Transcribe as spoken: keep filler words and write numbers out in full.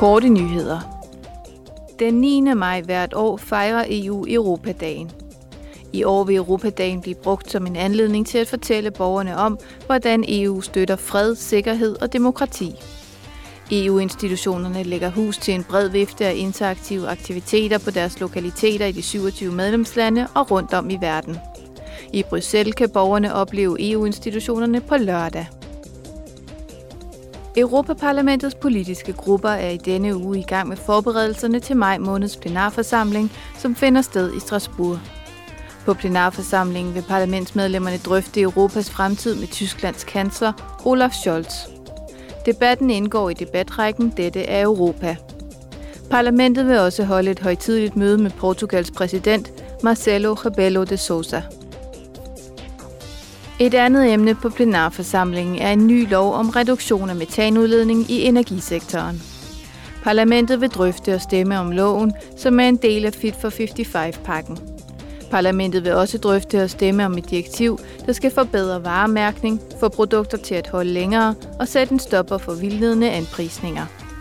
Korte nyheder. Den niende maj hvert år fejrer E U Europadagen. I år vil Europadagen blive brugt som en anledning til at fortælle borgerne om, hvordan E U støtter fred, sikkerhed og demokrati. E U-institutionerne lægger hus til en bred vifte af interaktive aktiviteter på deres lokaliteter i de syvogtyve medlemslande og rundt om i verden. I Bruxelles kan borgerne opleve E U-institutionerne på lørdag. Europaparlamentets politiske grupper er i denne uge i gang med forberedelserne til maj måneds plenarforsamling, som finder sted i Strasbourg. På plenarforsamlingen vil parlamentsmedlemmerne drøfte Europas fremtid med Tysklands kansler Olaf Scholz. Debatten indgår i debatrækken Dette er Europa. Parlamentet vil også holde et højtideligt møde med Portugals præsident Marcelo Rebelo de Sousa. Et andet emne på plenarforsamlingen er en ny lov om reduktion af metanudledning i energisektoren. Parlamentet vil drøfte og stemme om loven, som er en del af Fit for femoghalvfems-pakken. Parlamentet vil også drøfte og stemme om et direktiv, der skal forbedre varemærkning, få produkter til at holde længere og sætte en stopper for vildledende anprisninger.